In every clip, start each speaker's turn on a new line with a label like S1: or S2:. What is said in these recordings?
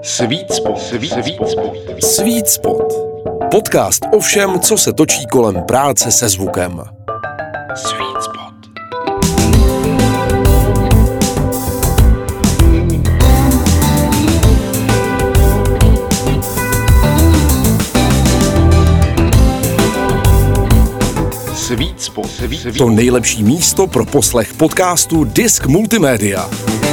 S1: Sweet Spot. Podcast o všem, co se točí kolem práce se zvukem. Sweet Spot. To nejlepší místo pro poslech podcastu Disk Multimédia.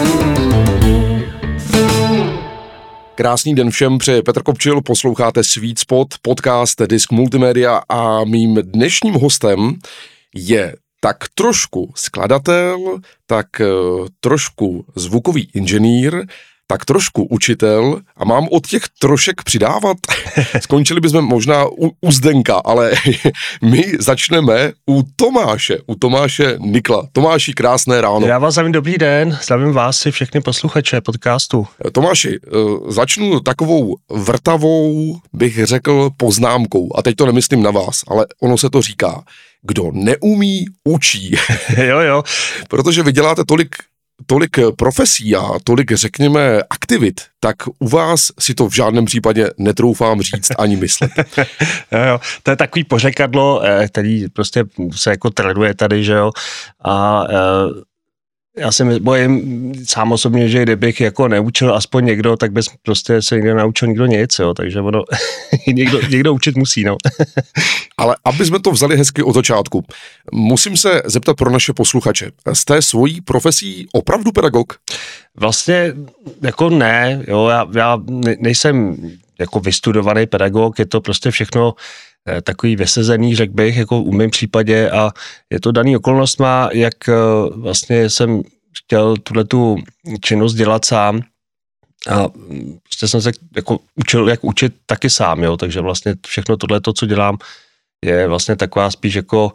S1: Krásný den všem, přeje Petr Kopčil, posloucháte Sweet Spot, podcast Disk Multimédia a mým dnešním hostem je tak trošku skladatel, tak trošku zvukový inženýr, tak trošku učitel a mám od těch trošek přidávat. Skončili bychom možná u Zdenka, ale my začneme u Tomáše Nikla. Tomáši, krásné ráno.
S2: Já vás zdravím, dobrý den, zdravím vás i všechny posluchače podcastu.
S1: Tomáši, začnu takovou vrtavou, bych řekl, poznámkou. A teď to nemyslím na vás, ale ono se to říká. Kdo neumí, učí.
S2: Jo.
S1: Protože vy děláte tolik profesí a tolik, řekněme, aktivit, tak u vás si to v žádném případě netroufám říct ani myslet.
S2: Jo, to je takový pořekadlo, který prostě se jako traduje tady, že jo, a já si bojím sám osobně, že kdybych jako neučil aspoň někdo, tak bys prostě se nikdo naučil nikdo nic, jo, takže ono někdo učit musí, no.
S1: Ale aby jsme to vzali hezky od začátku, musím se zeptat pro naše posluchače. Jste svojí profesí opravdu pedagog?
S2: Vlastně jako ne, jo, já nejsem jako vystudovaný pedagog, je to prostě všechno takový vysezený, řekl bych, jako v mém případě a je to daný okolnostma, jak vlastně jsem chtěl tuhletu činnost dělat sám a prostě jsem se jako učil, jak učit taky sám, jo, takže vlastně všechno tohleto, co dělám, je vlastně taková spíš jako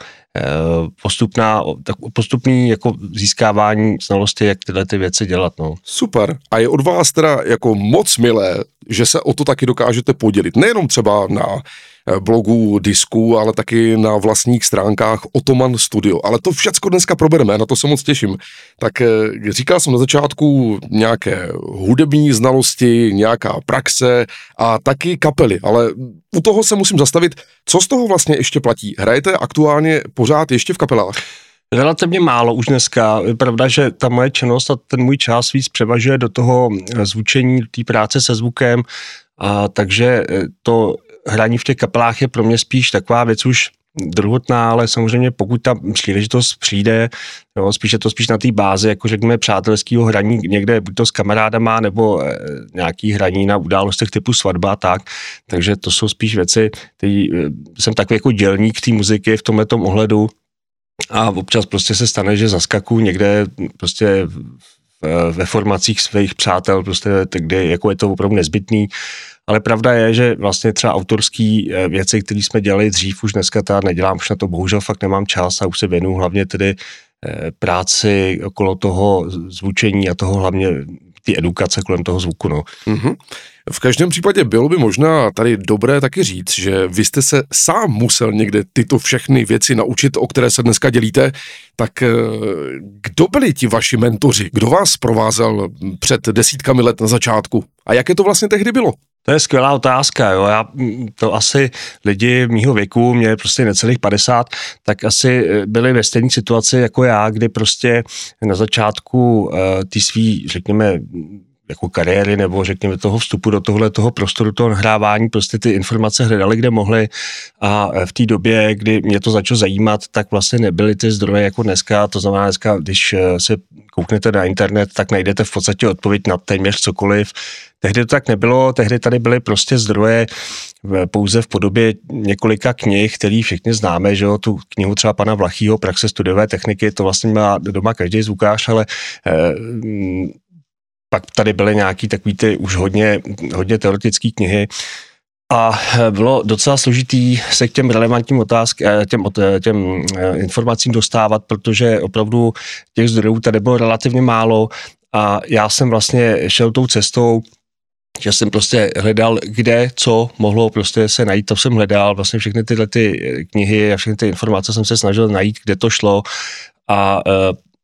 S2: postupný jako získávání znalosti, jak tyhle ty věci dělat, no.
S1: Super. A je od vás teda jako moc milé, že se o to taky dokážete podělit. Nejenom třeba na blogu Disku, ale taky na vlastních stránkách Otoman Studio. Ale to všecko dneska probereme, na to se moc těším. Tak říkal jsem na začátku nějaké hudební znalosti, nějaká praxe a taky kapely, ale u toho se musím zastavit. Co z toho vlastně ještě platí? Hrajete aktuálně pořád ještě v kapelách?
S2: Relativně málo už dneska. Je pravda, že ta moje činnost a ten můj čas víc převažuje do toho zvučení, té práce se zvukem, a takže to hraní v těch kapelách je pro mě spíš taková věc už druhotná, ale samozřejmě pokud ta příležitost přijde, jo, spíš je to spíš na té bázi, jako řekněme přátelského hraní někde, buď to s kamarádama, nebo nějaký hraní na událostech typu svatba, takže to jsou spíš věci, jsem takový jako dělník té muziky v tomhletom ohledu a občas prostě se stane, že zaskakuju někde prostě ve formacích svých přátel, prostě kde jako je to opravdu nezbytný. Ale pravda je, že vlastně třeba autorský věci, které jsme dělali dřív, už dneska nedělám, už na to bohužel fakt nemám čas a už se věnuju hlavně tedy práci okolo toho zvučení a toho hlavně ty edukace kolem toho zvuku, no.
S1: Mm-hmm. V každém případě bylo by možná tady dobré taky říct, že vy jste se sám musel někde tyto všechny věci naučit, o které se dneska dělíte, tak kdo byli ti vaši mentoři? Kdo vás provázel před desítkami let na začátku? A jaké to vlastně tehdy bylo?
S2: To je skvělá otázka, jo. To asi lidi mýho věku, mě prostě necelých 50, tak asi byli ve stejné situaci jako já, kdy prostě na začátku ty svý, řekněme, jako kariéry nebo řekněme toho vstupu do toho prostoru, toho nahrávání, prostě ty informace hledali, kde mohli a v té době, kdy mě to začalo zajímat, tak vlastně nebyly ty zdroje jako dneska, to znamená dneska, když se kouknete na internet, tak najdete v podstatě odpověď na téměř cokoliv. Tehdy to tak nebylo, tehdy tady byly prostě zdroje pouze v podobě několika knih, který všichni známe, že jo, tu knihu třeba pana Vlachýho, Praxe studiové techniky, to vlastně má doma každý zvukář, ale pak tady byly nějaký takový ty už hodně teoretické knihy a bylo docela složitý se k těm relevantním těm informacím dostávat, protože opravdu těch zdrojů tady bylo relativně málo a já jsem vlastně šel tou cestou, že jsem prostě hledal, kde, co mohlo prostě se najít, to jsem hledal, vlastně všechny tyhle ty knihy a všechny ty informace jsem se snažil najít, kde to šlo a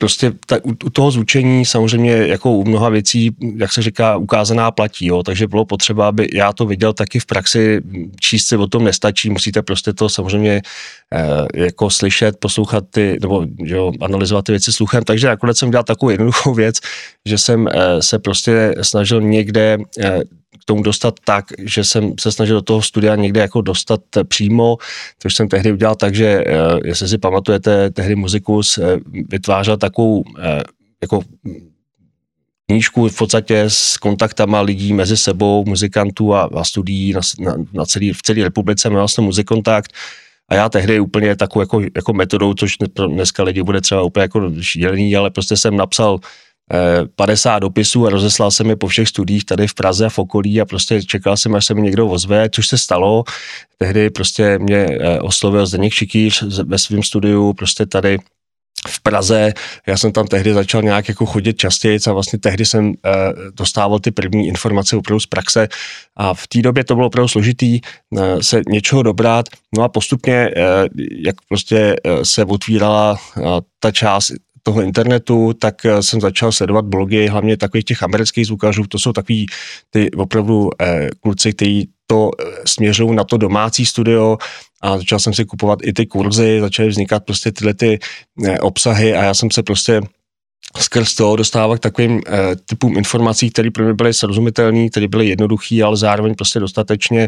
S2: prostě u toho zvučení samozřejmě jako u mnoha věcí, jak se říká, ukázaná platí, jo, takže bylo potřeba, aby já to viděl taky v praxi, číst si o tom nestačí, musíte prostě to samozřejmě jako slyšet, poslouchat nebo jo, analyzovat ty věci sluchem, takže nakonec jsem dělal takovou jednoduchou věc, že jsem se prostě snažil někde k tomu dostat tak, že jsem se snažil do toho studia někde jako dostat přímo, což jsem tehdy udělal tak, že jestli si pamatujete, tehdy Muzikus vytvářel takovou jako knížku v podstatě s kontaktama lidí mezi sebou, muzikantů a studií v celé republice, jmenoval se Muzikontakt. A já tehdy úplně takovou jako metodou, což dneska lidi bude třeba úplně jako šílený, ale prostě jsem napsal 50 dopisů a rozeslal jsem je po všech studiích tady v Praze a v okolí a prostě čekal jsem, až se mi někdo ozve, což se stalo. Tehdy prostě mě oslovil Zdeněk Šikýř ve svém studiu, prostě tady v Praze. Já jsem tam tehdy začal nějak jako chodit častěji a vlastně tehdy jsem dostával ty první informace opravdu z praxe a v té době to bylo opravdu složitý se něčeho dobrat. No a postupně, jak prostě se otvírala ta část toho internetu, tak jsem začal sledovat blogy, hlavně takových těch amerických zvukařů, to jsou takový ty opravdu kluci, kteří to směřují na to domácí studio a začal jsem si kupovat i ty kurzy, začaly vznikat prostě tyhle ty obsahy a já jsem se prostě skrz toho dostával k takovým typům informací, které pro mě byly srozumitelné, které byly jednoduché, ale zároveň prostě dostatečně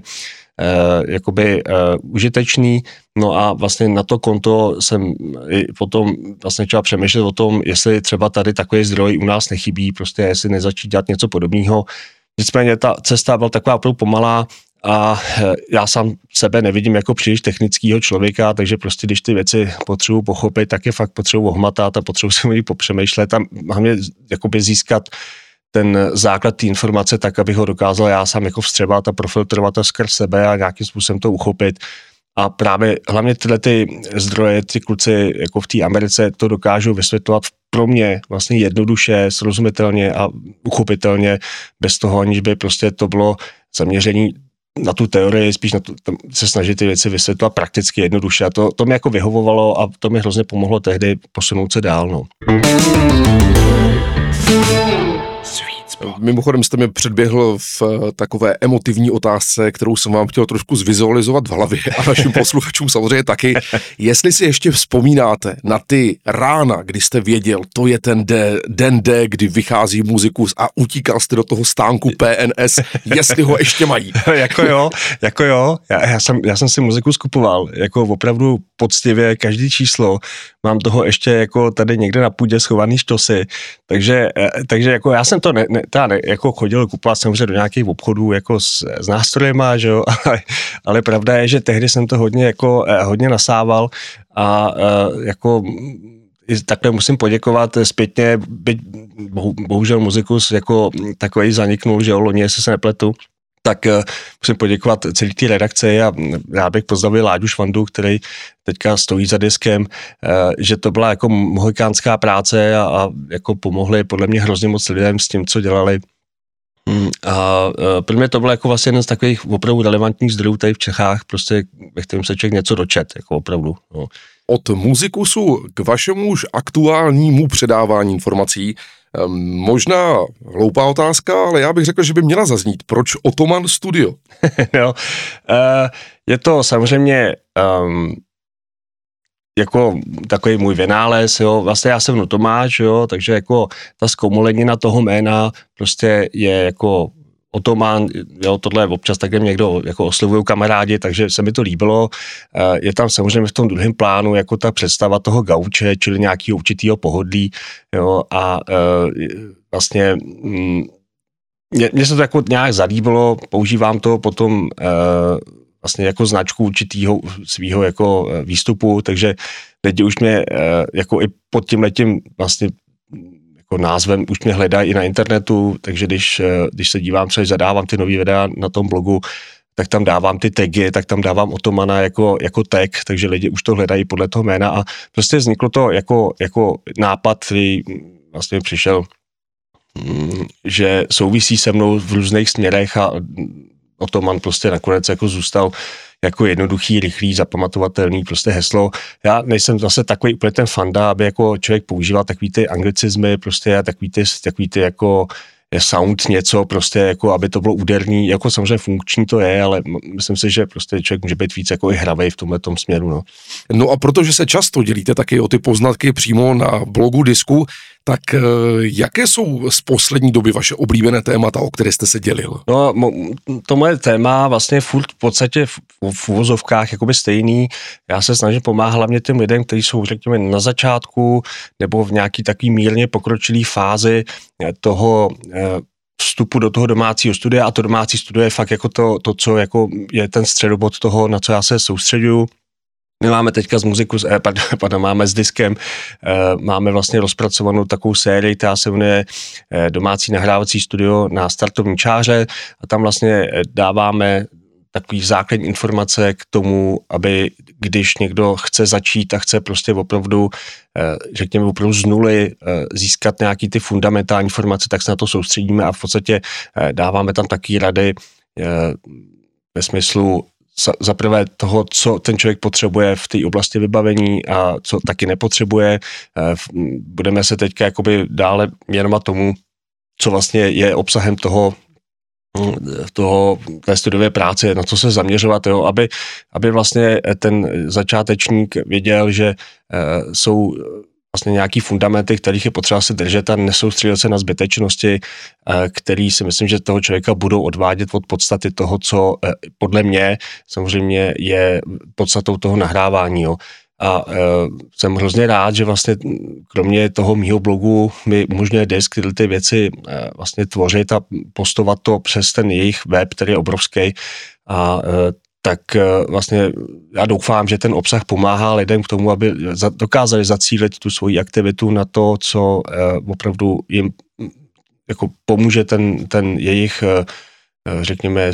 S2: užitečný. No a vlastně na to konto jsem potom vlastně začal přemýšlet o tom, jestli třeba tady takový zdroj u nás nechybí, prostě jestli nezačít dělat něco podobného. Nicméně ta cesta byla taková opravdu pomalá a já sám sebe nevidím jako příliš technického člověka, takže prostě když ty věci potřebuji pochopit, tak je fakt potřebuji ohmatat a potřebuji si o nich popřemýšlet a hlavně jakoby získat ten základ té informace tak, abych ho dokázal já sám jako vstřebat a profiltrovat a skrz sebe a nějakým způsobem to uchopit. A právě hlavně tyhle ty zdroje, ty kluci jako v té Americe to dokážou vysvětlovat pro mě vlastně jednoduše, srozumitelně a uchopitelně, bez toho, aniž by prostě to bylo zaměření na tu teorii, spíš na to, se snažit ty věci vysvětlovat prakticky jednoduše. A to mi jako vyhovovalo a to mi hrozně pomohlo tehdy posunout se dál. No.
S1: Mimochodem jste mě předběhl v takové emotivní otázce, kterou jsem vám chtěl trošku zvizualizovat v hlavě a našim posluchačům samozřejmě taky. Jestli si ještě vzpomínáte na ty rána, kdy jste věděl, to je ten den D, kdy vychází Muzikus a utíkal jste do toho stánku PNS, jestli ho ještě mají.
S2: Jako jo. Já jsem si Muzikus kupoval, jako opravdu poctivě, každý číslo. Mám toho ještě jako tady někde na půdě schovaný štosy, takže jako já jsem to jako chodil kupovat samozřejmě do nějakých obchodů jako s nástrojema, že jo, ale pravda je, že tehdy jsem to hodně nasával a jako takhle musím poděkovat zpětně, byť bohužel Muzikus jako takový zaniknul, že jo, loni, jestli se nepletu, tak musím poděkovat celý té redakci a já bych pozdravil Láďu Švandu, který teďka stojí za diskem, že to byla jako mohikánská práce a jako pomohli podle mě hrozně moc lidem s tím, co dělali. A pro mě to bylo jako vlastně jeden z takových opravdu relevantních zdrojů tady v Čechách, prostě ve kterém se člověk něco dočet, jako opravdu. No.
S1: Od Muzikusu k vašemu už aktuálnímu předávání informací. Možná hloupá otázka, ale já bych řekl, že by měla zaznít. Proč Ottoman Studio?
S2: No, je to samozřejmě jako takový můj vynález, jo. Vlastně já jsem Tomáš, jo, takže jako ta zkomolenina toho jména prostě je jako Ottoman, jo, tohle občas takhle někdo jako oslovují kamarádi, takže se mi to líbilo. Je tam samozřejmě v tom druhém plánu jako ta představa toho gauče, čili nějakého určitého pohodlí, jo, a vlastně mně se to jako nějak zalíbilo, používám to potom vlastně jako značku určitýho svýho jako výstupu, takže lidi už mě jako i pod tímhletím vlastně jako názvem už mě hledají i na internetu, takže když se dívám, třeba zadávám ty nový videa na tom blogu, tak tam dávám ty tagy, tak tam dávám Ottomana jako tag, takže lidi už to hledají podle toho jména a prostě vzniklo to jako nápad, který vlastně přišel, že souvisí se mnou v různých směrech a Ottoman prostě nakonec jako zůstal jako jednoduchý, rychlý, zapamatovatelný prostě heslo. Já nejsem zase takový úplně ten fanda, aby jako člověk používal takový ty anglicizmy prostě a takový ty jako je sound něco prostě jako, aby to bylo úderný, jako samozřejmě funkční to je, ale myslím si, že prostě člověk může být víc jako i hravej v tomhletom směru, no.
S1: No a protože se často dělíte taky o ty poznatky přímo na blogu Disku, tak jaké jsou z poslední doby vaše oblíbené témata, o které jste se dělil?
S2: No, to moje téma vlastně furt v podstatě v uvozovkách jakoby stejný. Já se snažím pomáhat hlavně těm lidem, kteří jsou, řekněme, na začátku nebo v nějaký takový mírně pokročilý fázi toho vstupu do toho domácího studia, a to domácí studio je fakt jako to, co jako je ten středobod toho, na co já se soustředuju. My máme teďka máme s Diskem, máme vlastně rozpracovanou takovou sérii, která se jmenuje Domácí nahrávací studio na startovní čáře, a tam vlastně dáváme takový základní informace k tomu, aby když někdo chce začít a chce prostě opravdu, řekněme opravdu z nuly získat nějaký ty fundamentální informace, tak se na to soustředíme a v podstatě dáváme tam taky rady ve smyslu za prvé toho, co ten člověk potřebuje v té oblasti vybavení a co taky nepotřebuje. Budeme se teďka jakoby dále věnovat tomu, co vlastně je obsahem té studiové práce, na co se zaměřovat, jo, aby vlastně ten začátečník věděl, že jsou vlastně nějaký fundamenty, kterých je potřeba se držet a nesoustředit se na zbytečnosti, který si myslím, že toho člověka budou odvádět od podstaty toho, co podle mě samozřejmě je podstatou toho nahrávání. Jo. A jsem hrozně rád, že vlastně kromě toho mýho blogu mi umožňuje Disk tyhle ty věci vlastně tvořit a postovat to přes ten jejich web, který je obrovský. A tak vlastně já doufám, že ten obsah pomáhá lidem k tomu, aby dokázali zacílit tu svoji aktivitu na to, co opravdu jim jako pomůže ten jejich, řekněme,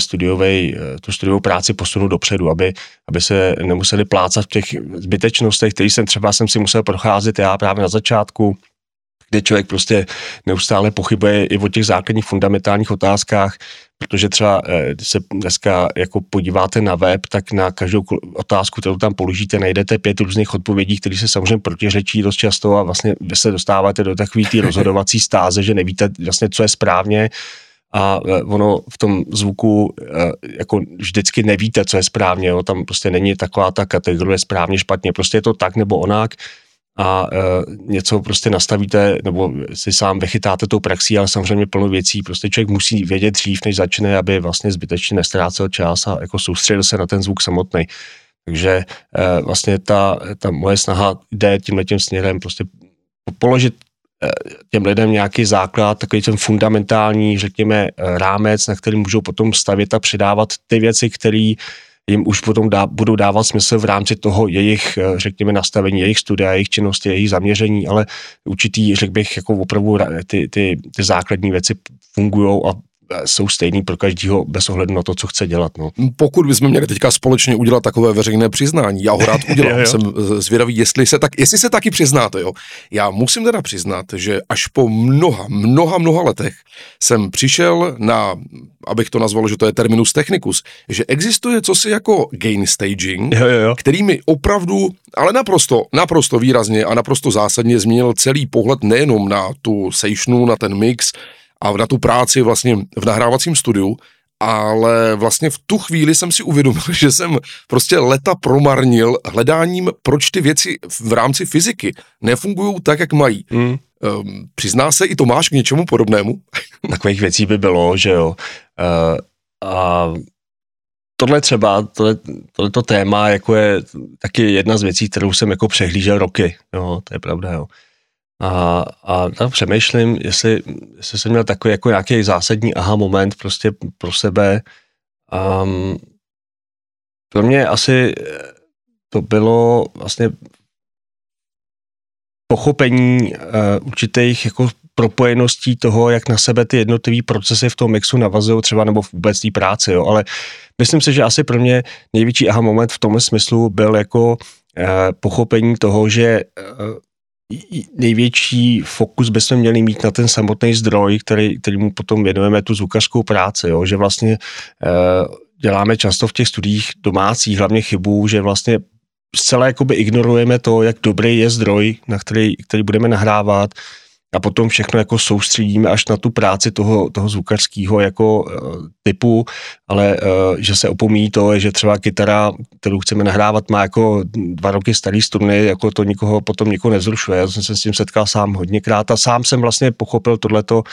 S2: tu studiovou práci posunout dopředu, aby se nemuseli plácat v těch zbytečnostech, který jsem si musel procházet já právě na začátku, kde člověk prostě neustále pochybuje i o těch základních fundamentálních otázkách, protože třeba když se dneska jako podíváte na web, tak na každou otázku, kterou tam položíte, najdete 5 různých odpovědí, které se samozřejmě protiřečí dost často a vlastně vy se dostáváte do takové té rozhodovací stáze, že nevíte vlastně, co je správně, a ono v tom zvuku jako vždycky nevíte, co je správně, jo? Tam prostě není taková ta kategorie správně, špatně, prostě je to tak nebo onak a něco prostě nastavíte nebo si sám vychytáte tou praxí, ale samozřejmě plno věcí, prostě člověk musí vědět dřív, než začne, aby vlastně zbytečně nestrácel čas a jako soustředil se na ten zvuk samotný. Takže vlastně ta moje snaha jde tímhletím směrem, prostě položit těm lidem nějaký základ, takový ten fundamentální, řekněme, rámec, na který můžou potom stavět a přidávat ty věci, které jim už potom budou dávat smysl v rámci toho jejich, řekněme, nastavení, jejich studia, jejich činnosti, jejich zaměření, ale určitý, řekl bych, jako opravdu ty základní věci fungujou a jsou stejný pro každýho bez ohledu na to, co chce dělat. No.
S1: Pokud bychom měli teďka společně udělat takové veřejné přiznání, já ho rád udělám, jo. Jsem zvědavý, jestli se taky přiznáte. Jo. Já musím teda přiznat, že až po mnoha letech jsem přišel na, abych to nazval, že to je terminus technicus, že existuje cosi jako gain staging, který mi opravdu, ale naprosto výrazně a naprosto zásadně změnil celý pohled nejenom na tu sessionu, na ten mix, a na tu práci vlastně v nahrávacím studiu, ale vlastně v tu chvíli jsem si uvědomil, že jsem prostě leta promarnil hledáním, proč ty věci v rámci fyziky nefungují tak, jak mají. Přizná se i Tomáš k něčemu podobnému?
S2: Takových věcí by bylo, že jo. A tohleto téma jako je taky jedna z věcí, kterou jsem jako přehlížel roky. Jo, to je pravda, jo. A tak přemýšlím, jestli jsem měl takový jako nějaký zásadní aha moment prostě pro sebe. Pro mě asi to bylo vlastně pochopení určitých jako propojeností toho, jak na sebe ty jednotlivé procesy v tom mixu navazují třeba nebo vůbec té práci, jo. Ale myslím si, že asi pro mě největší aha moment v tomhle smyslu byl jako pochopení toho, že největší fokus bychom měli mít na ten samotný zdroj, který mu potom věnujeme tu zvukařskou práci, jo? Že vlastně děláme často v těch studiích domácích hlavně chybu, že vlastně zcela jakoby ignorujeme to, jak dobrý je zdroj, na který budeme nahrávat, a potom všechno jako soustředíme až na tu práci toho zvukařského jako typu, ale že se opomíjí to, že třeba kytara, kterou chceme nahrávat, má jako 2 roky starý struny, jako to potom nikoho nevzrušuje. Já jsem se s tím setkal sám hodněkrát a sám jsem vlastně pochopil tohleto,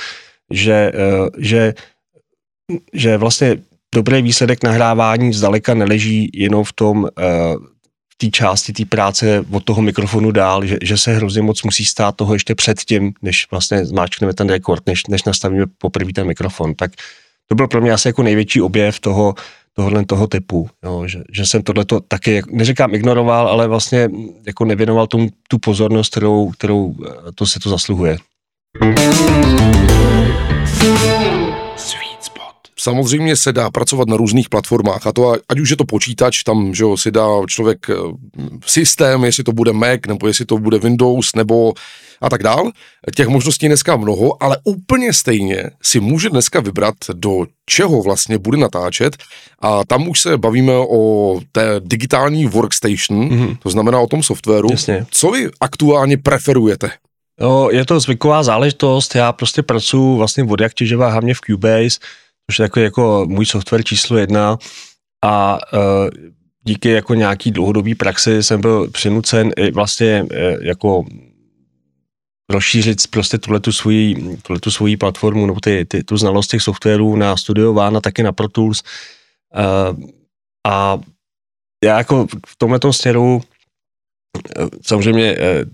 S2: že vlastně dobrý výsledek nahrávání zdaleka neleží jenom v tom, té části té práce od toho mikrofonu dál, že se hrozně moc musí stát toho ještě předtím, než vlastně zmáčkneme ten rekord, než nastavíme poprvé ten mikrofon. Tak to byl pro mě asi jako největší objev toho typu, jo, že jsem tohleto taky, neříkám ignoroval, ale vlastně jako nevěnoval tomu tu pozornost, kterou to se to zasluhuje.
S1: Samozřejmě se dá pracovat na různých platformách a to, ať už je to počítač, tam že jo, si dá člověk systém, jestli to bude Mac, nebo jestli to bude Windows, nebo a tak dál. Těch možností dneska mnoho, ale úplně stejně si může dneska vybrat, do čeho vlastně bude natáčet, a tam už se bavíme o té digitální workstation, to znamená o tom softwaru.
S2: Jasně.
S1: Co vy aktuálně preferujete?
S2: No, je to zvyková záležitost, já prostě pracuji vlastně od jak těživa, hlavně v Cubase, což je takový jako můj software číslo 1, a díky jako nějaký dlouhodobý praxi jsem byl přinucen vlastně jako rozšířit prostě tuhletu svoji platformu nebo tu znalost těch softwarů na Studio One a taky na Pro Tools. A já jako v tomhletom směru samozřejmě,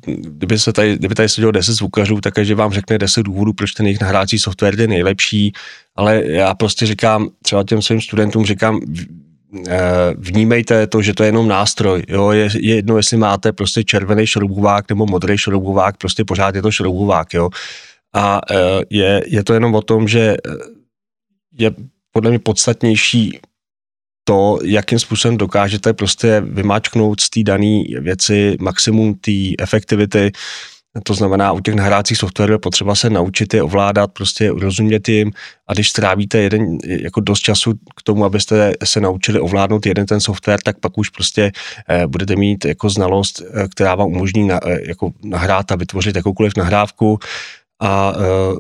S2: kdyby tady sedělo 10 zvukařů, tak každý vám řekne 10 důvodů, proč ten jejich nahrávací software je nejlepší, ale já prostě říkám, třeba těm svým studentům říkám, vnímejte to, že to je jenom nástroj, jo? Je jedno, jestli máte prostě červený šroubovák nebo modrý šroubovák, prostě pořád je to šroubovák, jo. A je to jenom o tom, že je podle mě podstatnější to, jakým způsobem dokážete prostě vymáčknout z té dané věci maximum té efektivity. To znamená, u těch nahrávacích softwarů je potřeba se naučit je ovládat, prostě rozumět jim, a když strávíte jako dost času k tomu, abyste se naučili ovládnout jeden ten software, tak pak už prostě budete mít jako znalost, která vám umožní jako nahrát a vytvořit jakoukoliv nahrávku. A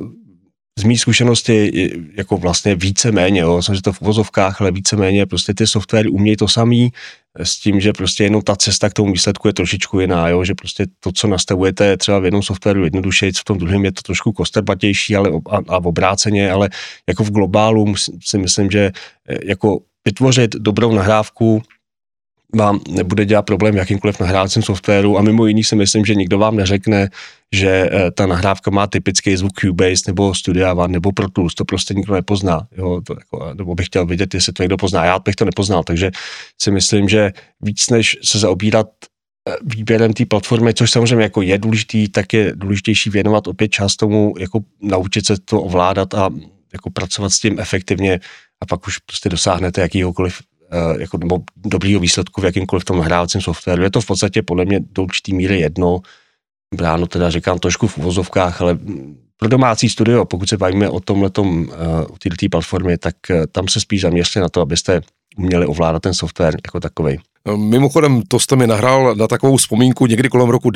S2: z mých zkušenosti jako vlastně víceméně, samozřejmě to v uvozovkách, ale víceméně prostě ty softwary umějí to samý, s tím, že prostě jenom ta cesta k tomu výsledku je trošičku jiná, jo? Že prostě to, co nastavujete třeba v jednom softwaru jednodušeji, v tom druhém je to trošku kostrbatější, ale a obráceně, ale jako v globálu si myslím, že jako vytvořit dobrou nahrávku vám nebude dělat problém v jakýmkoliv nahrávacím softwaru, a mimo jiný si myslím, že nikdo vám neřekne, že ta nahrávka má typický zvuk Cubase nebo Studio One nebo Pro Tools, to prostě nikdo nepozná, jo, to jako, nebo bych chtěl vidět, jestli to někdo pozná, já bych to nepoznal, takže si myslím, že víc než se zaobírat výběrem té platformy, což samozřejmě jako je důležitý, tak je důležitější věnovat opět čas tomu, jako naučit se to ovládat a jako pracovat s tím efektivně, a pak už prostě dosáhnete jakýhokoliv jako dobrýho výsledku v jakýmkoliv tom nahrávacím softwaru. Je to v podstatě podle mě do určitý míry jedno, bráno teda říkám trošku v uvozovkách, ale pro domácí studio, pokud se bavíme o tomhletom, o této platformě, tak tam se spíš zaměřte na to, abyste uměli ovládat ten software jako takovej.
S1: Mimochodem, to jste mi nahrál na takovou vzpomínku někdy kolem roku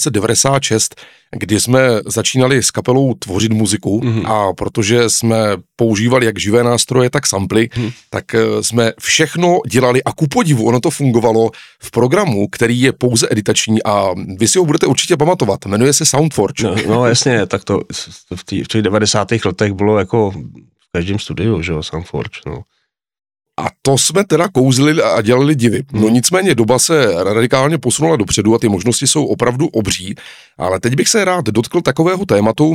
S1: 1996, kdy jsme začínali s kapelou tvořit muziku, a protože jsme používali jak živé nástroje, tak samply, tak jsme všechno dělali, a ku podivu ono to fungovalo v programu, který je pouze editační, a vy si ho budete určitě pamatovat, jmenuje se Soundforge.
S2: No jasně, tak to v těch 90. letech bylo jako v každém studiu, že jo, Soundforge, no.
S1: A to jsme teda kouzlili a dělali divy. No nicméně doba se radikálně posunula dopředu a ty možnosti jsou opravdu obří, ale teď bych se rád dotkl takového tématu,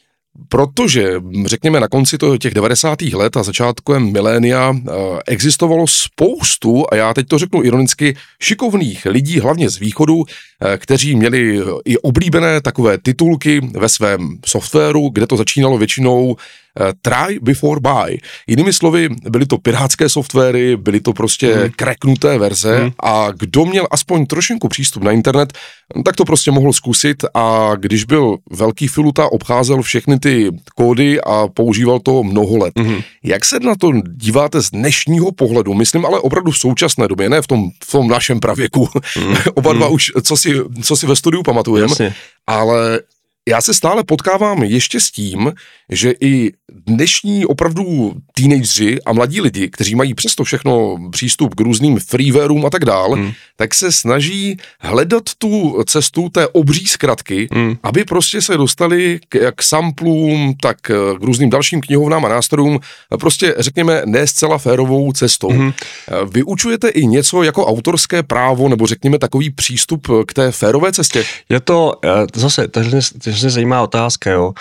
S1: protože řekněme na konci těch 90. let a začátkem milénia existovalo spoustu, a já teď to řeknu ironicky, šikovných lidí, hlavně z východu, kteří měli i oblíbené takové titulky ve svém softwaru, kde to začínalo většinou try before buy. Jinými slovy, byly to pirátské softwary, byly to prostě kreknuté verze, a kdo měl aspoň trošinku přístup na internet, tak to prostě mohl zkusit, a když byl velký filuta, obcházel všechny ty kódy a používal to mnoho let. Jak se na to díváte z dnešního pohledu? Myslím ale opravdu v současné době, ne v tom našem pravěku. Oba dva už, co si ve studiu pamatujeme, ale já se stále potkávám ještě s tím, že i dnešní opravdu teenageři a mladí lidi, kteří mají přesto všechno přístup k různým freewareům a tak dál, tak se snaží hledat tu cestu té obří zkratky, aby prostě se dostali k samplům, tak k různým dalším knihovnám a nástrojům, prostě řekněme ne zcela férovou cestou. Vyučujete i něco jako autorské právo, nebo řekněme takový přístup k té férové cestě?
S2: Je to zase, to je zajímavá otázka, jo.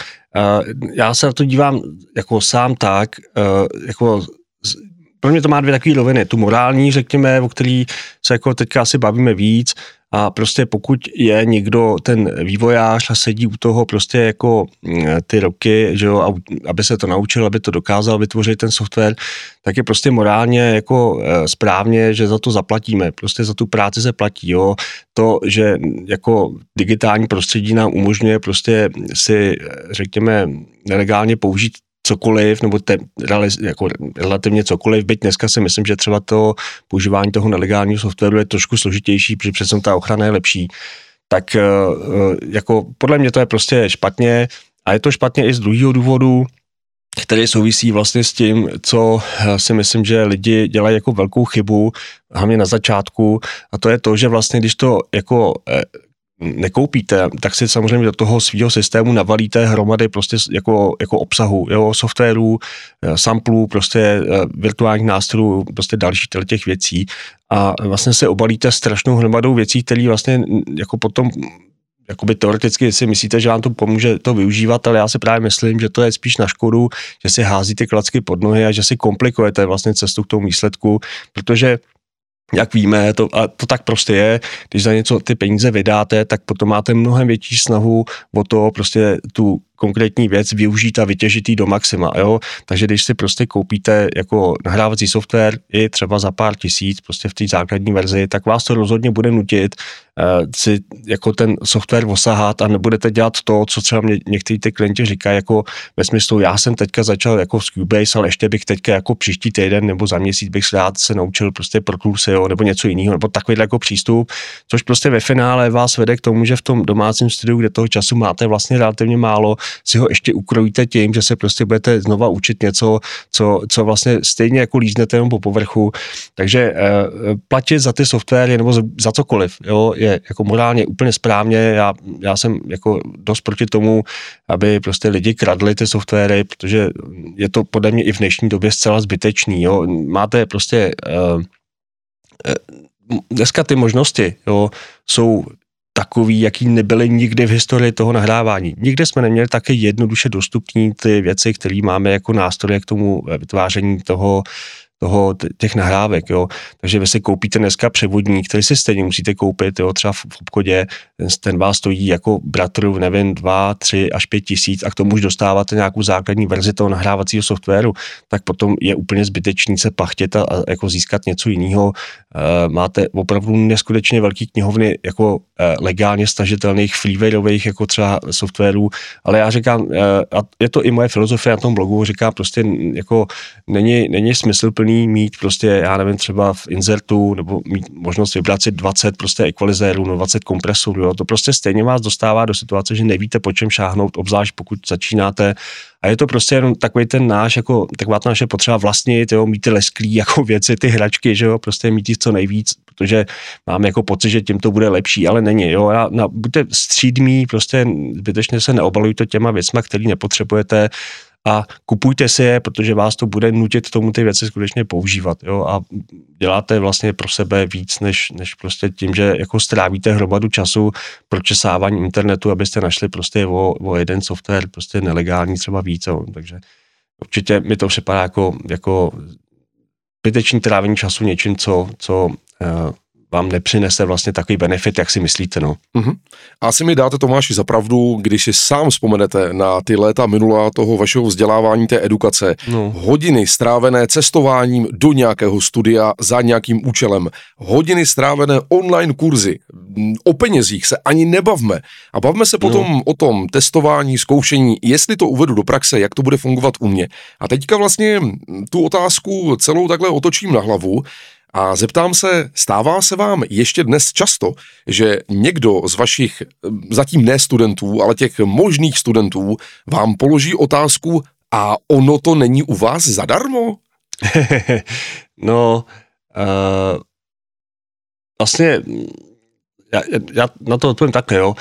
S2: Já se na to dívám jako sám tak, jako pro mě to má dvě takové roviny. Tu morální, řekněme, o který se jako teďka asi bavíme víc, a prostě pokud je někdo ten vývojář a sedí u toho prostě jako ty roky, že jo, aby se to naučil, aby to dokázal vytvořit ten software, tak je prostě morálně jako správně, že za to zaplatíme. Prostě za tu práci se platí, jo. To, že jako digitální prostředí nám umožňuje prostě si, řekněme, nelegálně použít cokoliv, nebo jako relativně cokoliv, byť dneska si myslím, že třeba to používání toho nelegálního softwaru je trošku složitější, protože přece ta ochrana je lepší, tak jako podle mě to je prostě špatně a je to špatně i z druhého důvodu, který souvisí vlastně s tím, co si myslím, že lidi dělají jako velkou chybu, hlavně na začátku, a to je to, že vlastně když to jako nekoupíte, tak si samozřejmě do toho svého systému navalíte hromady prostě jako obsahu, jo, softwarů, samplů, prostě virtuálních nástrojů, prostě dalších těch věcí a vlastně se obalíte strašnou hromadou věcí, které vlastně jako potom jakoby teoreticky si myslíte, že vám to pomůže to využívat, ale já si právě myslím, že to je spíš na škodu, že si házíte klacky pod nohy a že si komplikujete vlastně cestu k tomu výsledku, protože jak víme, to tak prostě je, když za něco ty peníze vydáte, tak potom máte mnohem větší snahu o to prostě tu konkrétní věc využít a vytěžit jí do maxima, jo. Takže když si prostě koupíte jako nahrávací software i třeba za pár tisíc prostě v té základní verzi, tak vás to rozhodně bude nutit si jako ten software osahat a nebudete dělat to, co třeba někteří ty klienti říkají, jako ve smyslu, já jsem teďka začal jako s Cubase, ale ještě bych teďka jako příští týden nebo za měsíc bych se naučil prostě Pro Tools, jo, nebo něco jiného, nebo takovýhle jako přístup, což prostě ve finále vás vede k tomu, že v tom domácím studiu, kde toho času máte vlastně relativně málo, si ho ještě ukrojíte tím, že se prostě budete znova učit něco, co vlastně stejně jako líznete jenom po povrchu. Takže platit za ty softwary nebo za cokoliv, jo, je jako morálně úplně správně. Já jsem jako dost proti tomu, aby prostě lidi kradli ty softwary, protože je to podle mě i v dnešní době zcela zbytečný, jo. Máte prostě dneska ty možnosti, jo, jsou takový, jaký nebyly nikdy v historii toho nahrávání. Nikdy jsme neměli také jednoduše dostupný ty věci, které máme jako nástroje k tomu vytváření těch nahrávek, jo. Takže vy si koupíte dneska převodník, který si stejně musíte koupit, jo, třeba v obchodě, ten vás stojí jako bratru, nevím, 2, 3 až 5 tisíc a k tomu už dostáváte nějakou základní verzi toho nahrávacího softwaru, tak potom je úplně zbytečný se pachtět a jako získat něco jiného. Máte opravdu neskutečně velký knihovny jako legálně stažitelných freewareových jako třeba softwarů, ale já říkám, a je to i moje filozofie na tom blogu, říkám prostě jako není smysluplný mít prostě, já nevím, třeba v insertu nebo mít možnost vybrat si 20 prostě equalizérů, no 20 kompresorů, jo. To prostě stejně vás dostává do situace, že nevíte, po čem šáhnout, obzvlášť pokud začínáte. A je to prostě jenom takový ten náš, jako taková ta naše potřeba vlastnit, jo, mít ty lesklý jako věci, ty hračky, že jo, prostě mít jich co nejvíc, protože máme jako pocit, že tím to bude lepší, ale není, jo. Buďte střídmí, prostě zbytečně se neobalujte těma věcma, který nepotřebujete, a kupujte si je, protože vás to bude nutit tomu ty věci skutečně používat, jo, a děláte vlastně pro sebe víc, než prostě tím, že jako strávíte hromadu času pro česávání internetu, abyste našli prostě o jeden software prostě nelegální třeba víc, jo. Takže určitě mi to připadá jako zbytečný trávení času něčím, co vám nepřinese vlastně takový benefit, jak si myslíte, no.
S1: A asi mi dáte, Tomáši, za pravdu, když si sám vzpomenete na ty léta minulá toho vašeho vzdělávání, té edukace, hodiny strávené cestováním do nějakého studia za nějakým účelem, hodiny strávené online kurzy, o penězích se ani nebavme a bavme se potom o tom testování, zkoušení, jestli to uvedu do praxe, jak to bude fungovat u mě. A teďka vlastně tu otázku celou takhle otočím na hlavu a zeptám se, stává se vám ještě dnes často, že někdo z vašich, zatím ne studentů, ale těch možných studentů, vám položí otázku a ono to není u vás zadarmo?
S2: Vlastně já na to odpovím takhle, jo.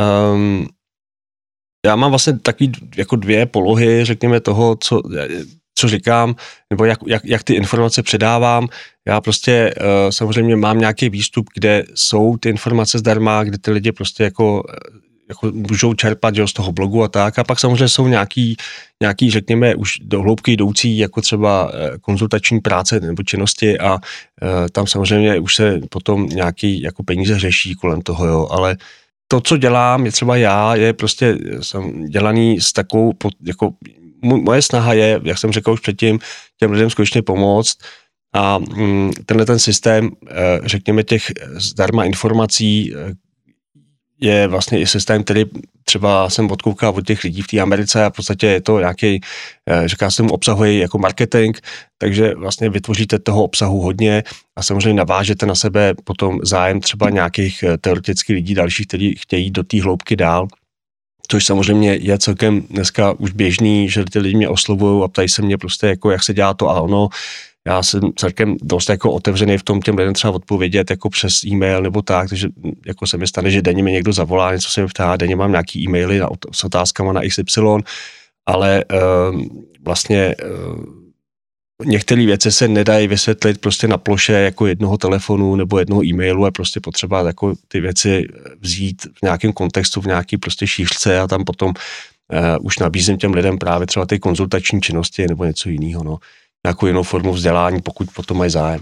S2: Já mám vlastně takový jako dvě polohy, řekněme toho, co říkám, nebo jak ty informace předávám. Já prostě samozřejmě mám nějaký výstup, kde jsou ty informace zdarma, kde ty lidi prostě jako můžou čerpat, jo, z toho blogu a tak. A pak samozřejmě jsou nějaký, řekněme, už do hloubky jdoucí, jako třeba konzultační práce nebo činnosti a tam samozřejmě už se potom nějaký jako peníze řeší kolem toho, jo. Ale to, co dělám, je třeba je prostě jsem dělaný s takovou, jako moje snaha je, jak jsem řekl už předtím, těm lidem skutečně pomoct a tenhle ten systém, řekněme, těch zdarma informací je vlastně i systém, který třeba jsem odkoukal od těch lidí v té Americe a v podstatě je to nějaký, říká se tomu obsahový jako marketing, takže vlastně vytvoříte toho obsahu hodně a samozřejmě navážete na sebe potom zájem třeba nějakých teoretických lidí dalších, kteří chtějí do té hloubky dál. Což samozřejmě je celkem dneska už běžný, že ty lidi mě oslovují a ptají se mě prostě jako jak se dělá to a ono. Já jsem celkem dost jako otevřený v tom těm lidem třeba odpovědět jako přes e-mail nebo tak, takže jako se mi stane, že denně mi někdo zavolá, něco se mi ptá, denně mám nějaký e-maily s otázkama na XY, ale vlastně některé věci se nedají vysvětlit prostě na ploše jako jednoho telefonu nebo jednoho e-mailu, je prostě potřeba jako ty věci vzít v nějakém kontextu, v nějaký prostě šířce a tam potom už nabízím těm lidem právě třeba ty konzultační činnosti nebo něco jiného, no. Nějakou jinou formu vzdělání, pokud potom mají zájem.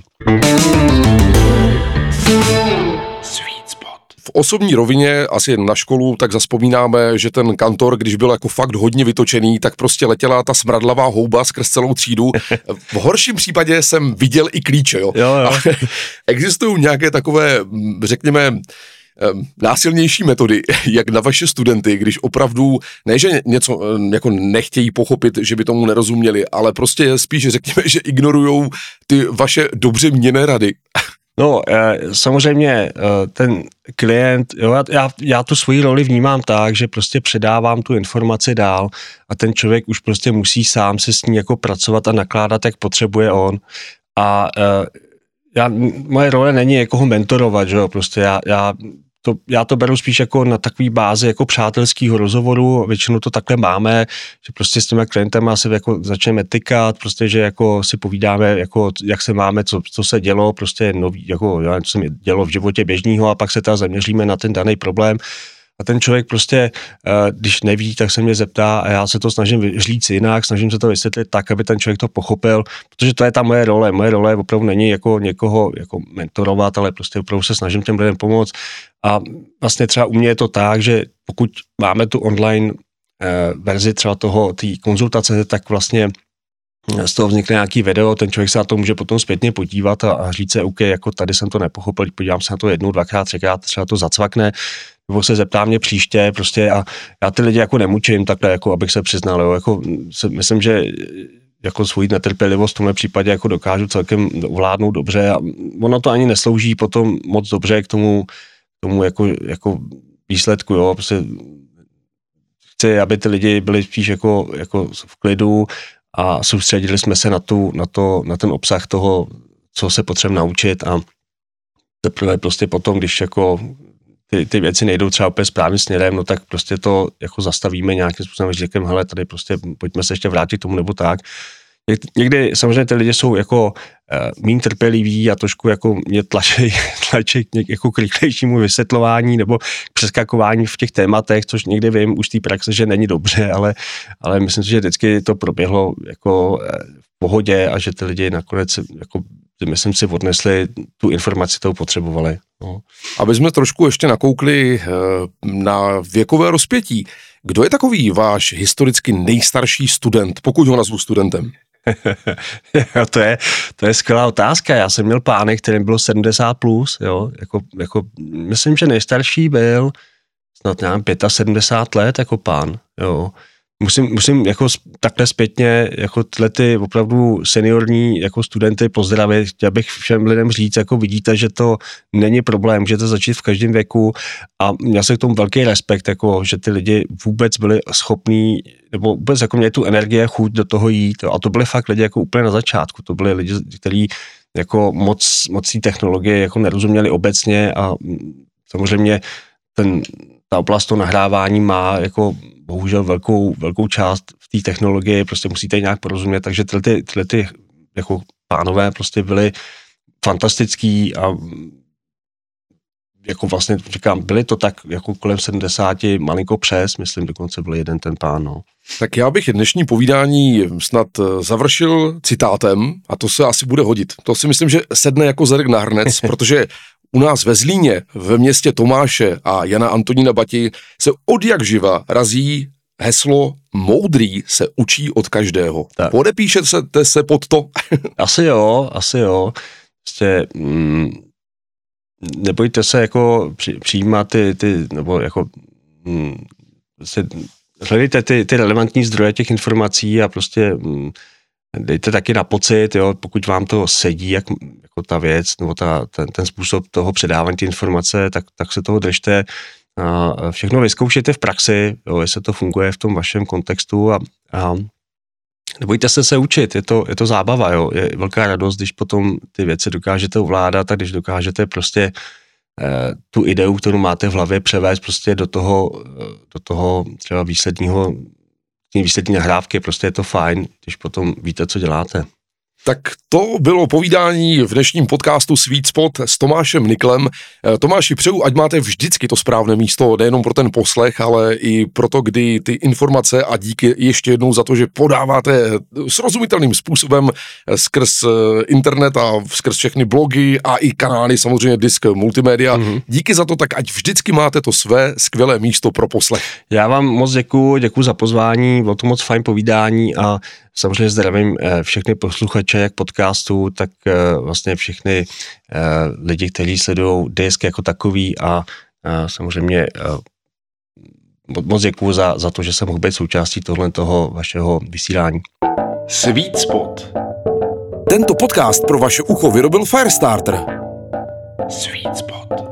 S1: V osobní rovině, asi na školu, tak zavzpomínáme, že ten kantor, když byl jako fakt hodně vytočený, tak prostě letěla ta smradlavá houba skrz celou třídu. V horším případě jsem viděl i klíče, jo. Existují nějaké takové, řekněme, násilnější metody, jak na vaše studenty, když opravdu, ne, že něco jako nechtějí pochopit, že by tomu nerozuměli, ale prostě spíš řekněme, že ignorujou ty vaše dobře měné rady.
S2: No, samozřejmě ten klient, jo, já tu svoji roli vnímám tak, že prostě předávám tu informaci dál a ten člověk už prostě musí sám se s ní jako pracovat a nakládat, jak potřebuje on. A moje role není jako ho mentorovat, že jo, prostě já to beru spíš jako na takový bázi jako přátelského rozhovoru, většinou to takhle máme, že prostě s těma klientama se jako začneme tykat, prostě, že jako si povídáme, jako jak se máme, co se dělo, prostě nový, jako co se mi dělo v životě běžného a pak se teda zaměříme na ten daný problém. A ten člověk prostě, když neví, tak se mě zeptá a já se to snažím říct jinak, snažím se to vysvětlit tak, aby ten člověk to pochopil, protože to je ta moje role. Moje role opravdu není jako někoho jako mentorovat, ale prostě opravdu se snažím těm lidem pomoct. A vlastně třeba u mě je to tak, že pokud máme tu online verzi třeba té konzultace, tak vlastně z toho vznikne nějaký video, ten člověk se na to může potom zpětně podívat a říct se, OK, jako tady jsem to nepochopil, podívám se na to jednou, dvakrát, třikrát, třeba to zacvakne, nebo se zeptá mě příště prostě a já ty lidi jako nemučím takhle, jako abych se přiznal, jo, jako myslím, že jako svou netrpělivost v tomhle případě jako dokážu celkem ovládnout dobře a ono to ani neslouží potom moc dobře k tomu jako výsledku, jo, prostě chci, aby ty lidi byli spíš jako v klidu a soustředili jsme se na ten obsah toho, co se potřebujeme naučit a teprve prostě potom, když jako ty věci nejdou třeba úplně správným směrem, no tak prostě to jako zastavíme nějakým způsobem, že řekneme, hele, tady prostě pojďme se ještě vrátit k tomu nebo tak. Někdy samozřejmě ty lidi jsou jako méně trpěliví a trošku jako mě tlačí jako k rychlejšímu vysvětlování nebo k přeskakování v těch tématech, což někdy vím už té praxe, že není dobře, ale myslím si, že vždycky to proběhlo jako v pohodě a že ty lidi nakonec jako myslím si, odnesli tu informaci, kterou potřebovali. No.
S1: Aby jsme trošku ještě nakoukli na věkové rozpětí. Kdo je takový váš historicky nejstarší student, pokud ho nazvu studentem?
S2: To je skvělá otázka. Já jsem měl pánek, kterým bylo 70+, jo, jako myslím, že nejstarší byl snad nevím, 75 let jako pán, jo. Musím jako takhle zpětně jako tyhle ty opravdu seniorní jako studenty pozdravit. Chtěl bych všem lidem říct, jako vidíte, že to není problém, můžete začít v každém věku a měl jsem k tomu velký respekt, jako, že ty lidi vůbec byli schopní, nebo vůbec jako měli tu energii, chuť do toho jít a to byli fakt lidi jako úplně na začátku, to byli lidi, kteří jako moc té technologie jako nerozuměli obecně a samozřejmě ta oblast toho nahrávání má jako bohužel velkou část v té technologii, prostě musíte ji nějak porozumět, takže tyhle ty jako pánové prostě byli fantastický a jako vlastně říkám, byli to tak jako kolem 70, malinko přes, myslím, dokonce byl jeden ten pán, no.
S1: Tak já bych dnešní povídání snad završil citátem a to se asi bude hodit. To si myslím, že sedne jako zadek na hrnec, protože u nás ve Zlíně, ve městě Tomáše a Jana Antonína Bati se odjakživa razí heslo moudrý se učí od každého. Tak. Podepíšete se pod to?
S2: Asi jo. Prostě, nebojte se jako přijímat ty nebo jako hledejte ty relevantní zdroje těch informací a prostě dejte taky na pocit, jo, pokud vám to sedí jako ta věc nebo ten způsob toho předávání ty informace, tak se toho držte a všechno vyzkoušejte v praxi, jo, jestli to funguje v tom vašem kontextu a nebojte se učit, je to zábava, jo, je velká radost, když potom ty věci dokážete ovládat a když dokážete prostě tu ideu, kterou máte v hlavě, převést prostě do toho třeba výslední nahrávky, prostě je to fajn, když potom víte, co děláte.
S1: Tak to bylo povídání v dnešním podcastu Sweet Spot s Tomášem Niklem. Tomáši, přeju, ať máte vždycky to správné místo, nejenom pro ten poslech, ale i pro to, kdy ty informace a díky ještě jednou za to, že podáváte srozumitelným způsobem skrz internet a skrz všechny blogy a i kanály, samozřejmě Disk Multimédia. Díky za to, tak ať vždycky máte to své skvělé místo pro poslech.
S2: Já vám moc děkuju za pozvání, bylo to moc fajn povídání a samozřejmě zdravím všechny posluchače jak podcastu, tak vlastně všechny lidi, kteří sledují Disk jako takový a samozřejmě moc děkuju za to, že jsem mohl být součástí toho vašeho vysílání.
S1: Sweet Spot. Tento podcast pro vaše ucho vyrobil Firestarter. Sweet Spot.